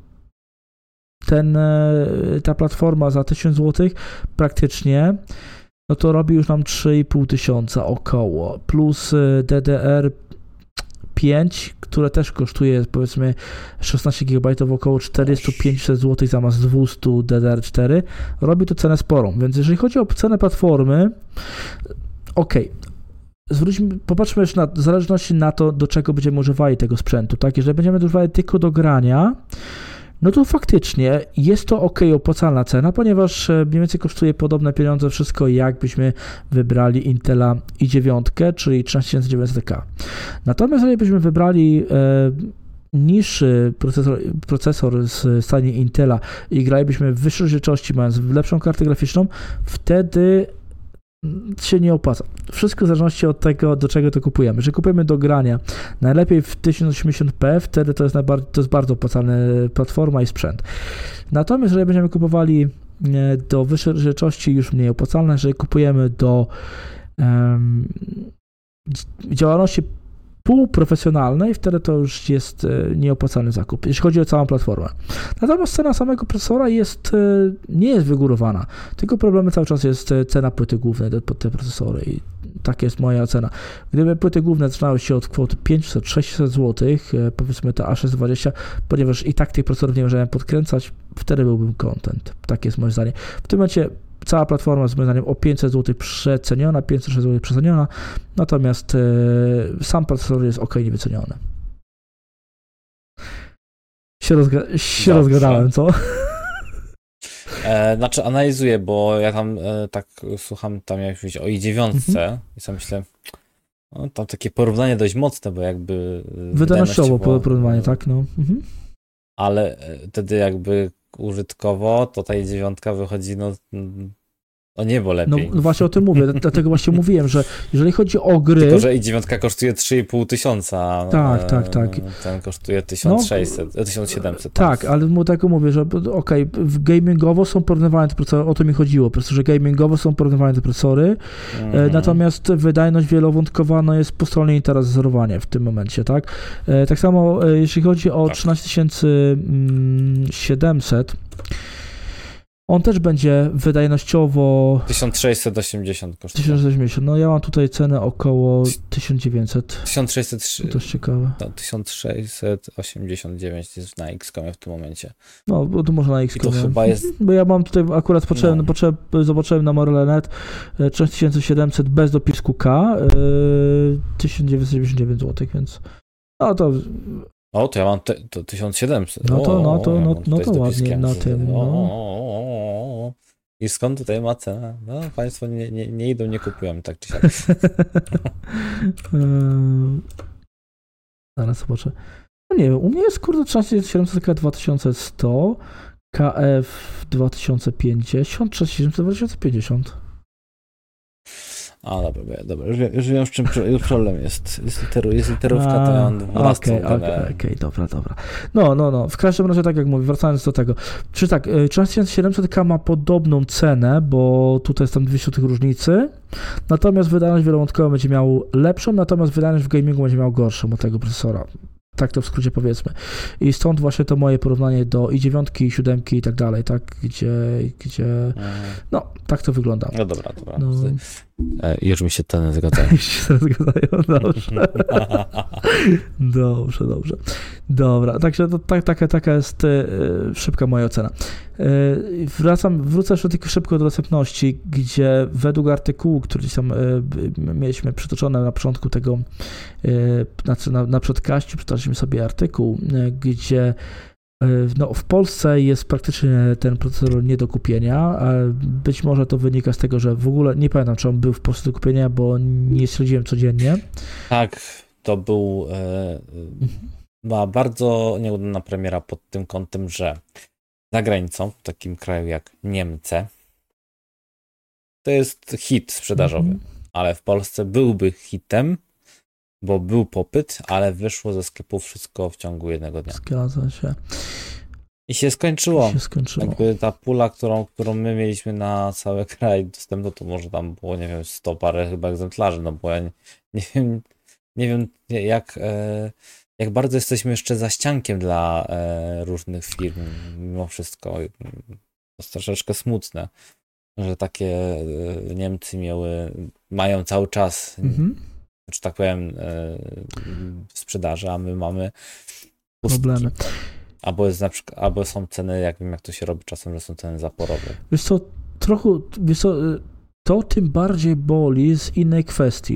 ten, ta platforma za tysiąc złotych praktycznie no to robi już nam trzy i pół tysiąca około, plus D D R pięć, które też kosztuje powiedzmy szesnaście gigabajtów, około czterysta pięćdziesiąt złotych zamiast dwieście D D R cztery, robi to cenę sporą, więc jeżeli chodzi o cenę platformy, ok, zwróćmy, popatrzmy jeszcze na, w zależności na to, do czego będziemy używali tego sprzętu, tak, jeżeli będziemy używali tylko do grania, no to faktycznie jest to ok, opłacalna cena, ponieważ mniej więcej kosztuje podobne pieniądze wszystko, jakbyśmy wybrali Intela i dziewięć, czyli trzynaście tysięcy dziewięćset K. Natomiast jeżeli byśmy wybrali e, niższy procesor, procesor z stanie Intela i gralibyśmy w wyższej rozdzielczości, mając lepszą kartę graficzną, wtedy się nie opłaca. Wszystko w zależności od tego, do czego to kupujemy. Jeżeli kupujemy do grania, najlepiej w tysiąc osiemdziesiąt p, wtedy to jest, najbardziej, to jest bardzo opłacalna platforma i sprzęt. Natomiast jeżeli będziemy kupowali do wyższej rozdzielczości, już mniej opłacalne. Jeżeli kupujemy do um, działalności półprofesjonalnej, wtedy to już jest nieopłacalny zakup, jeśli chodzi o całą platformę. Natomiast cena samego procesora jest, nie jest wygórowana, tylko problemy cały czas jest cena płyty głównej pod te procesory i tak jest moja cena. Gdyby płyty główne zaczynały się od kwoty pięćset sześćset złotych, powiedzmy ta A sześćset dwadzieścia, ponieważ i tak tych procesorów nie możemy podkręcać, wtedy byłbym content. Tak jest moje zdanie. W tym momencie cała platforma jest moim zdaniem o pięćset złotych przeceniona, pięćset sześć złotych przeceniona, natomiast e, sam procesor jest ok, niewyceniony. Się, rozga- się rozgadałem, co? E, znaczy analizuję, bo ja tam e, tak słucham tam jak mówić o i dziewięć mhm. i sobie myślę, no, tam takie porównanie dość mocne, bo jakby wydajnościowo było, porównanie, tak, no. Mhm. Ale wtedy jakby użytkowo to ta i dziewiątka wychodzi no o niebo lepiej. No właśnie o tym mówię, dlatego właśnie mówiłem, że jeżeli chodzi o gry... Tylko, że i dziewiątka kosztuje trzy i pół tysiąca. Tak, tak, tak. Ten kosztuje tysiąc sześćset, no, tysiąc siedemset. Tak, ale mu tak mówię, że okej, okay, gamingowo są porównywane te procesory, o to mi chodziło, po prostu, że gamingowo są porównywane te procesory, mm-hmm. natomiast wydajność wielowątkowa no, jest po stronie Intela zero w tym momencie, tak? Tak samo jeśli chodzi o tak. trzynaście tysięcy siedemset, on też będzie wydajnościowo... tysiąc sześćset osiemdziesiąt kosztuje. tysiąc sześćset osiemdziesiąt, no ja mam tutaj cenę około tysiąc dziewięćset. tysiąc sześćset trzy. To jest ciekawe. No, tysiąc sześćset osiemdziesiąt dziewięć jest na X-Comie w tym momencie. No, bo to może na X-Comie. To chyba jest... Bo ja mam tutaj, akurat patrzyłem, no. patrzyłem, zobaczyłem na Morele kropka net trzy tysiące siedemset bez dopisku K, tysiąc dziewięćset dziewięćdziesiąt dziewięć złotych, więc no to... O, to ja mam te, to tysiąc siedemset. No to, no to, no, no to to ładnie na tym. No. O, o, o. I skąd tutaj ma cenę? No, państwo nie, nie, nie idą, nie kupują, tak czy siak. Zaraz zobaczę. No nie wiem, u mnie jest kurde trzynaście siedemset K dwa tysiące sto, K F dwa tysiące pięćdziesiąt, trzynaście siedemset dwa tysiące pięćdziesiąt. A, dobra, dobra, już wiem, już wiem, z czym problem jest. Jest, literu, jest literówka, to ja mam dwunastą Okej, okej, okej, dobra, dobra. No, no, no, w każdym razie, tak jak mówię, wracając do tego, czy tak, trzynaście siedemset K ma podobną cenę, bo tutaj jest tam dwieście tych różnicy, natomiast wydajność wielowątkową będzie miał lepszą, natomiast wydajność w gamingu będzie miał gorszą od tego procesora. Tak to w skrócie powiedzmy. I stąd właśnie to moje porównanie do i dziewięć, i siedem i tak dalej, tak, gdzie, gdzie, no, tak to wygląda. No dobra, dobra. No. E, już mi się ten zgadzają. Już się zgadzają, dobrze. Dobrze, dobrze. Dobra, także to, tak, taka, taka jest e, szybka moja ocena. E, wracam, wrócę jeszcze tylko szybko do dostępności, gdzie według artykułu, który tam e, mieliśmy przytoczone na początku tego, e, znaczy na, na podcaście, przytoczyliśmy sobie artykuł, e, gdzie no, w Polsce jest praktycznie ten procesor nie do kupienia, a być może to wynika z tego, że w ogóle nie pamiętam, czy on był w Polsce do kupienia, bo nie śledziłem codziennie. Tak, to był e, była bardzo nieudana premiera pod tym kątem, że za granicą, w takim kraju jak Niemcy, to jest hit sprzedażowy, mhm. ale w Polsce byłby hitem, bo był popyt, ale wyszło ze sklepu wszystko w ciągu jednego dnia. Zgadza się. I się skończyło. I się skończyło. Jakby ta pula, którą, którą my mieliśmy na cały kraj dostępną, to może tam było, nie wiem, sto parę chyba egzemplarzy, no bo ja nie, nie wiem, nie wiem jak, jak bardzo jesteśmy jeszcze za ściankiem dla różnych firm, mimo wszystko. To jest troszeczkę smutne, że takie Niemcy miały, mają cały czas mhm. że tak powiem, w sprzedaży, a my mamy pustki. Problemy. Albo, jest na przykład, albo są ceny, jak wiem, jak to się robi czasem, że są ceny zaporowe. Wiesz co, trochę, wiesz co, to tym bardziej boli z innej kwestii.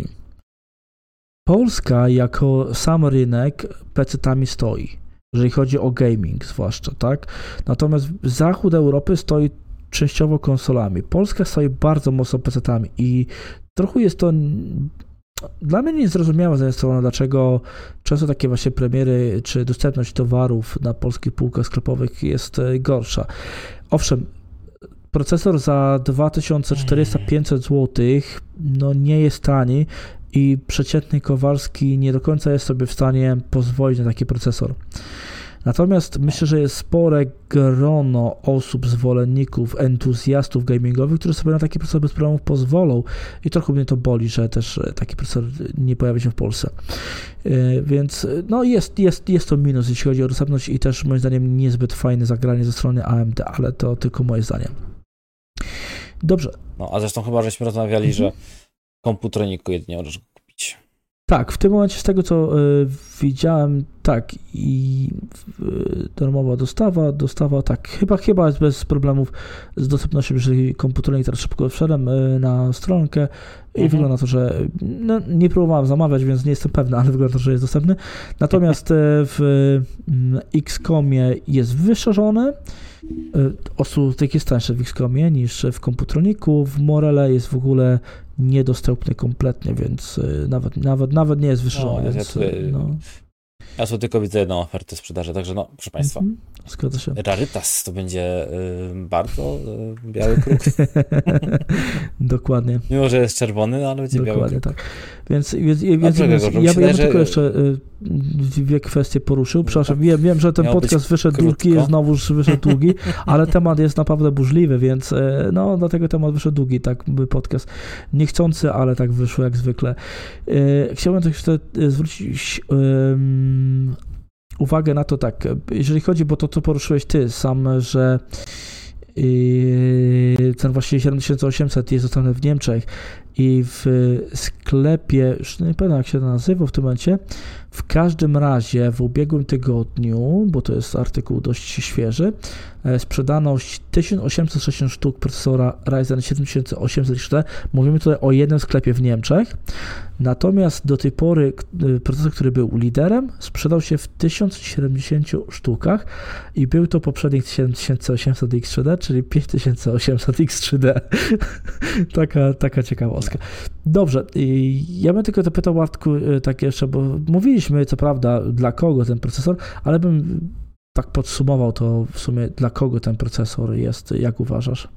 Polska jako sam rynek pecetami stoi, jeżeli chodzi o gaming zwłaszcza, tak? Natomiast zachód Europy stoi częściowo konsolami. Polska stoi bardzo mocno pecetami i trochę jest to dla mnie niezrozumiałe z jednej strony, dlaczego często takie właśnie premiery czy dostępność towarów na polskich półkach sklepowych jest gorsza. Owszem, procesor za dwa tysiące czterysta do pięciuset złotych no nie jest tani i przeciętny Kowalski nie do końca jest sobie w stanie pozwolić na taki procesor. Natomiast myślę, że jest spore grono osób, zwolenników, entuzjastów gamingowych, którzy sobie na takie procesory bez problemów pozwolą i trochę mnie to boli, że też taki procesor nie pojawi się w Polsce. Więc no jest, jest, jest to minus, jeśli chodzi o dostępność i też moim zdaniem niezbyt fajne zagranie ze strony A M D, ale to tylko moje zdanie. Dobrze. No a zresztą chyba żeśmy rozmawiali, mhm. że komputroniku jedynie możesz kupić. Tak, w tym momencie z tego, co y, widziałem, tak, i y, darmowa dostawa, dostawa, tak, chyba, chyba jest bez problemów z dostępnością, jeżeli komputer teraz szybko wszedłem y, na stronkę i mhm. wygląda to, że no, nie próbowałem zamawiać, więc nie jestem pewny, ale wygląda to, że jest dostępny. Natomiast y, w y, X-Comie jest wyszerzony, Ostrutek jest tańszy w X-Comie niż w Komputroniku, w Morele jest w ogóle niedostępny kompletnie, więc nawet, nawet, nawet nie jest wyszerzony. No, więc, ja tutaj, no. Ja tu tylko widzę jedną ofertę sprzedaży, także no, proszę Państwa, Mhm. Zgadza się. rarytas to będzie y, bardzo y, biały kruk. Dokładnie. Mimo, że jest czerwony, ale będzie Dokładnie biały kruk. tak. Więc, więc, więc, Dobrze, więc Grzegorz, ja, ja myślę, bym że- tylko jeszcze y, dwie kwestie poruszył. Przepraszam, wiem, wiem, że ten miało być podcast wyszedł krótko. długi, znowuż wyszedł długi, ale temat jest naprawdę burzliwy, więc y, no dlatego temat wyszedł długi, tak by podcast niechcący, ale tak wyszło jak zwykle. Y, Chciałbym też jeszcze y, zwrócić ym, uwagę na to tak, jeżeli chodzi, bo to co poruszyłeś ty sam, że yy, ten właśnie siedem tysięcy osiemset jest dostępny w Niemczech i w sklepie, już nie pamiętam jak się to nazywa w tym momencie, w każdym razie w ubiegłym tygodniu, bo to jest artykuł dość świeży, e, sprzedano tysiąc osiemset sześćdziesiąt sztuk procesora Ryzen siedem tysięcy osiemset X T. Mówimy tutaj o jednym sklepie w Niemczech. Natomiast do tej pory k- procesor, który był liderem, sprzedał się w tysiąc siedemdziesiąt sztukach i był to poprzednik siedem tysięcy osiemset X trzy D, czyli pięć tysięcy osiemset X trzy D. taka, taka ciekawostka. Dobrze, i ja bym tylko zapytał, Bartku, y, tak jeszcze, bo mówiliśmy, co prawda, dla kogo ten procesor, ale bym tak podsumował to w sumie, dla kogo ten procesor jest, jak uważasz?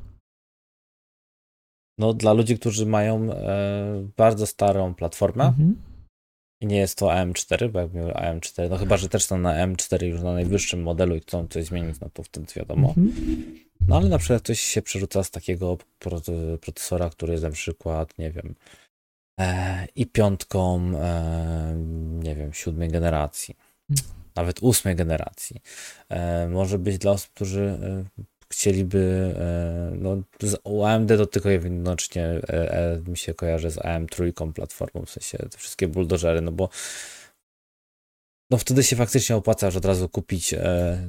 No, dla ludzi, którzy mają e, bardzo starą platformę Mhm. i nie jest to A M cztery, bo jak miał A M cztery, no chyba, że też są na A M cztery już na najwyższym modelu i chcą coś zmienić, no to wtedy wiadomo. Mhm. No ale na przykład ktoś się przerzuca z takiego pro- procesora, który jest na przykład, nie wiem, e, i piątką, e, nie wiem, siódmej generacji, nawet ósmej generacji. E, może być dla osób, którzy e, chcieliby, e, no z u A M D to tylko jednocześnie e, e, mi się kojarzy z A M trzy platformą, w sensie te wszystkie buldożery, no bo no wtedy się faktycznie opłaca, że od razu kupić e,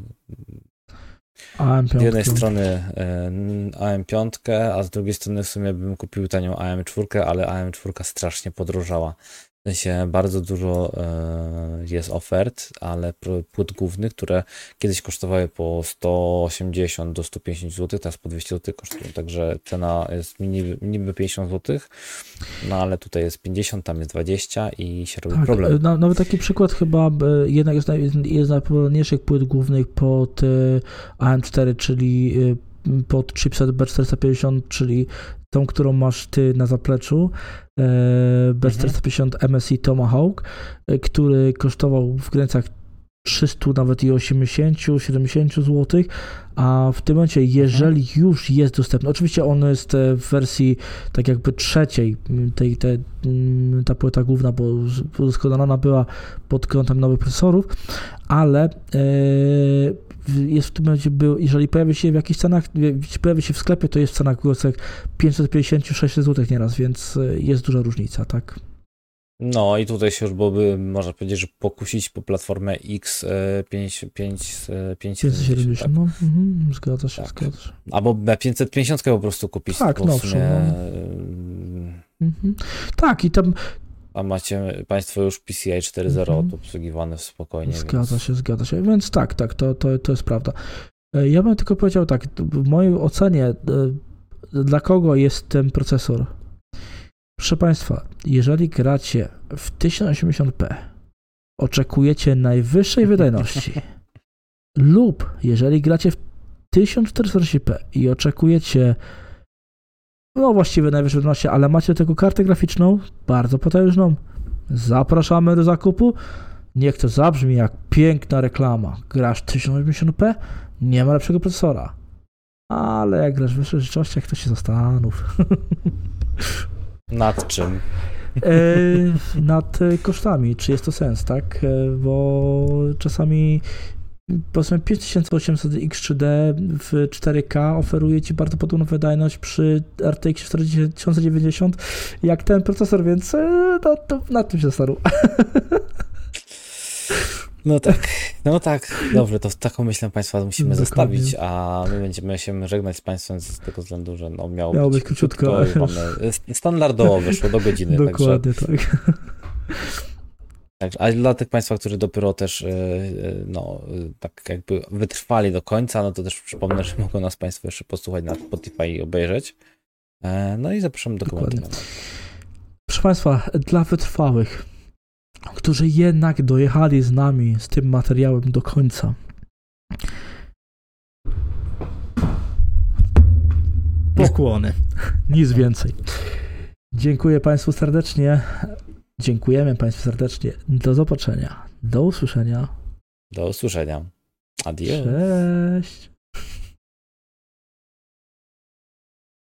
A M z jednej pięć. strony e, A M pięć, a z drugiej strony w sumie bym kupił tanią A M cztery, ale A M cztery strasznie podrożała. W sensie bardzo dużo e, jest ofert, ale pr- płyt głównych, które kiedyś kosztowały po sto osiemdziesiąt do stu pięćdziesięciu złotych, teraz po dwieście złotych kosztują, także cena jest niby, niby pięćdziesiąt złotych, no ale tutaj jest pięćdziesiąt, tam jest dwadzieścia i się robi Tak, problem. na, nawet taki przykład chyba e, jednak z naj, jest z najpopularniejszych płyt głównych pod e, A M cztery, czyli e, pod chipset B czterysta pięćdziesiąt, czyli tą, którą masz ty na zapleczu, e, B czterysta pięćdziesiąt M S I Tomahawk, e, który kosztował w granicach trzysta, nawet i osiemdziesiąt, siedemdziesiąt złotych, a w tym momencie, jeżeli już jest dostępny, oczywiście on jest e, w wersji tak jakby trzeciej, tej, te, mm, ta płyta główna, bo udoskonalona była pod kątem nowych procesorów, ale e, w- jest w tym momencie, był, jeżeli pojawi się w jakichś cenach, w- pojawi się w sklepie, to jest w cenach pięćset pięćdziesiąt sześćset złotych nieraz, więc e, jest duża różnica, tak? No i tutaj się już byłoby, można powiedzieć, że pokusić po platformę X pięć, pięć, pięćset siedemdziesiąt, no, mhm, zgadza się, Tak. zgadza się. Albo B pięćset pięćdziesiąt po prostu kupić. Tak, bo w nowszą, sumie, no. Mhm. Tak, i tam a macie Państwo już P C I cztery zero Mhm. obsługiwane spokojnie. zgadza więc... się, zgadza się, więc tak, tak, to, to, to jest prawda. E, Ja bym tylko powiedział tak, w mojej ocenie, e, dla kogo jest ten procesor? Proszę Państwa, jeżeli gracie w tysiąc osiemdziesiąt p, oczekujecie najwyższej wydajności, lub jeżeli gracie w tysiąc czterysta czterdzieści p i oczekujecie, no właściwie najwyższej wydajności, ale macie tylko kartę graficzną, bardzo potężną, zapraszamy do zakupu. Niech to zabrzmi jak piękna reklama. Grasz w tysiąc osiemdziesiąt p, nie ma lepszego procesora. Ale jak grasz w wyższych rzeczywistościach, to się zastanów. Nad czym? e, nad e, kosztami, czy jest to sens, tak? E, bo czasami powiedzmy pięć tysięcy osiemset X trzy D w cztery K oferuje Ci bardzo podobną wydajność przy R T X czterdzieści tysiące dziewięćdziesiąt jak ten procesor, więc e, no, to nad tym się zastanów. No tak, no tak. Dobrze, to taką myślę Państwa musimy Dokładnie. zostawić, a my będziemy się żegnać z Państwem z tego względu, że no miało, Miało być być króciutko. krótko. Mamy, standardowo wyszło do godziny. Także, Dokładnie tak. także, a dla tych Państwa, którzy dopiero też yy, no, yy, tak jakby wytrwali do końca, no to też przypomnę, że mogą nas Państwo jeszcze posłuchać na Spotify i obejrzeć. E, no i zapraszam do Dokładnie. komentarza. Proszę Państwa, dla wytrwałych którzy jednak dojechali z nami, z tym materiałem do końca. Pokłony. Nic więcej. Dziękuję Państwu serdecznie. Dziękujemy Państwu serdecznie. Do zobaczenia. Do usłyszenia. Do usłyszenia. Adios. Cześć.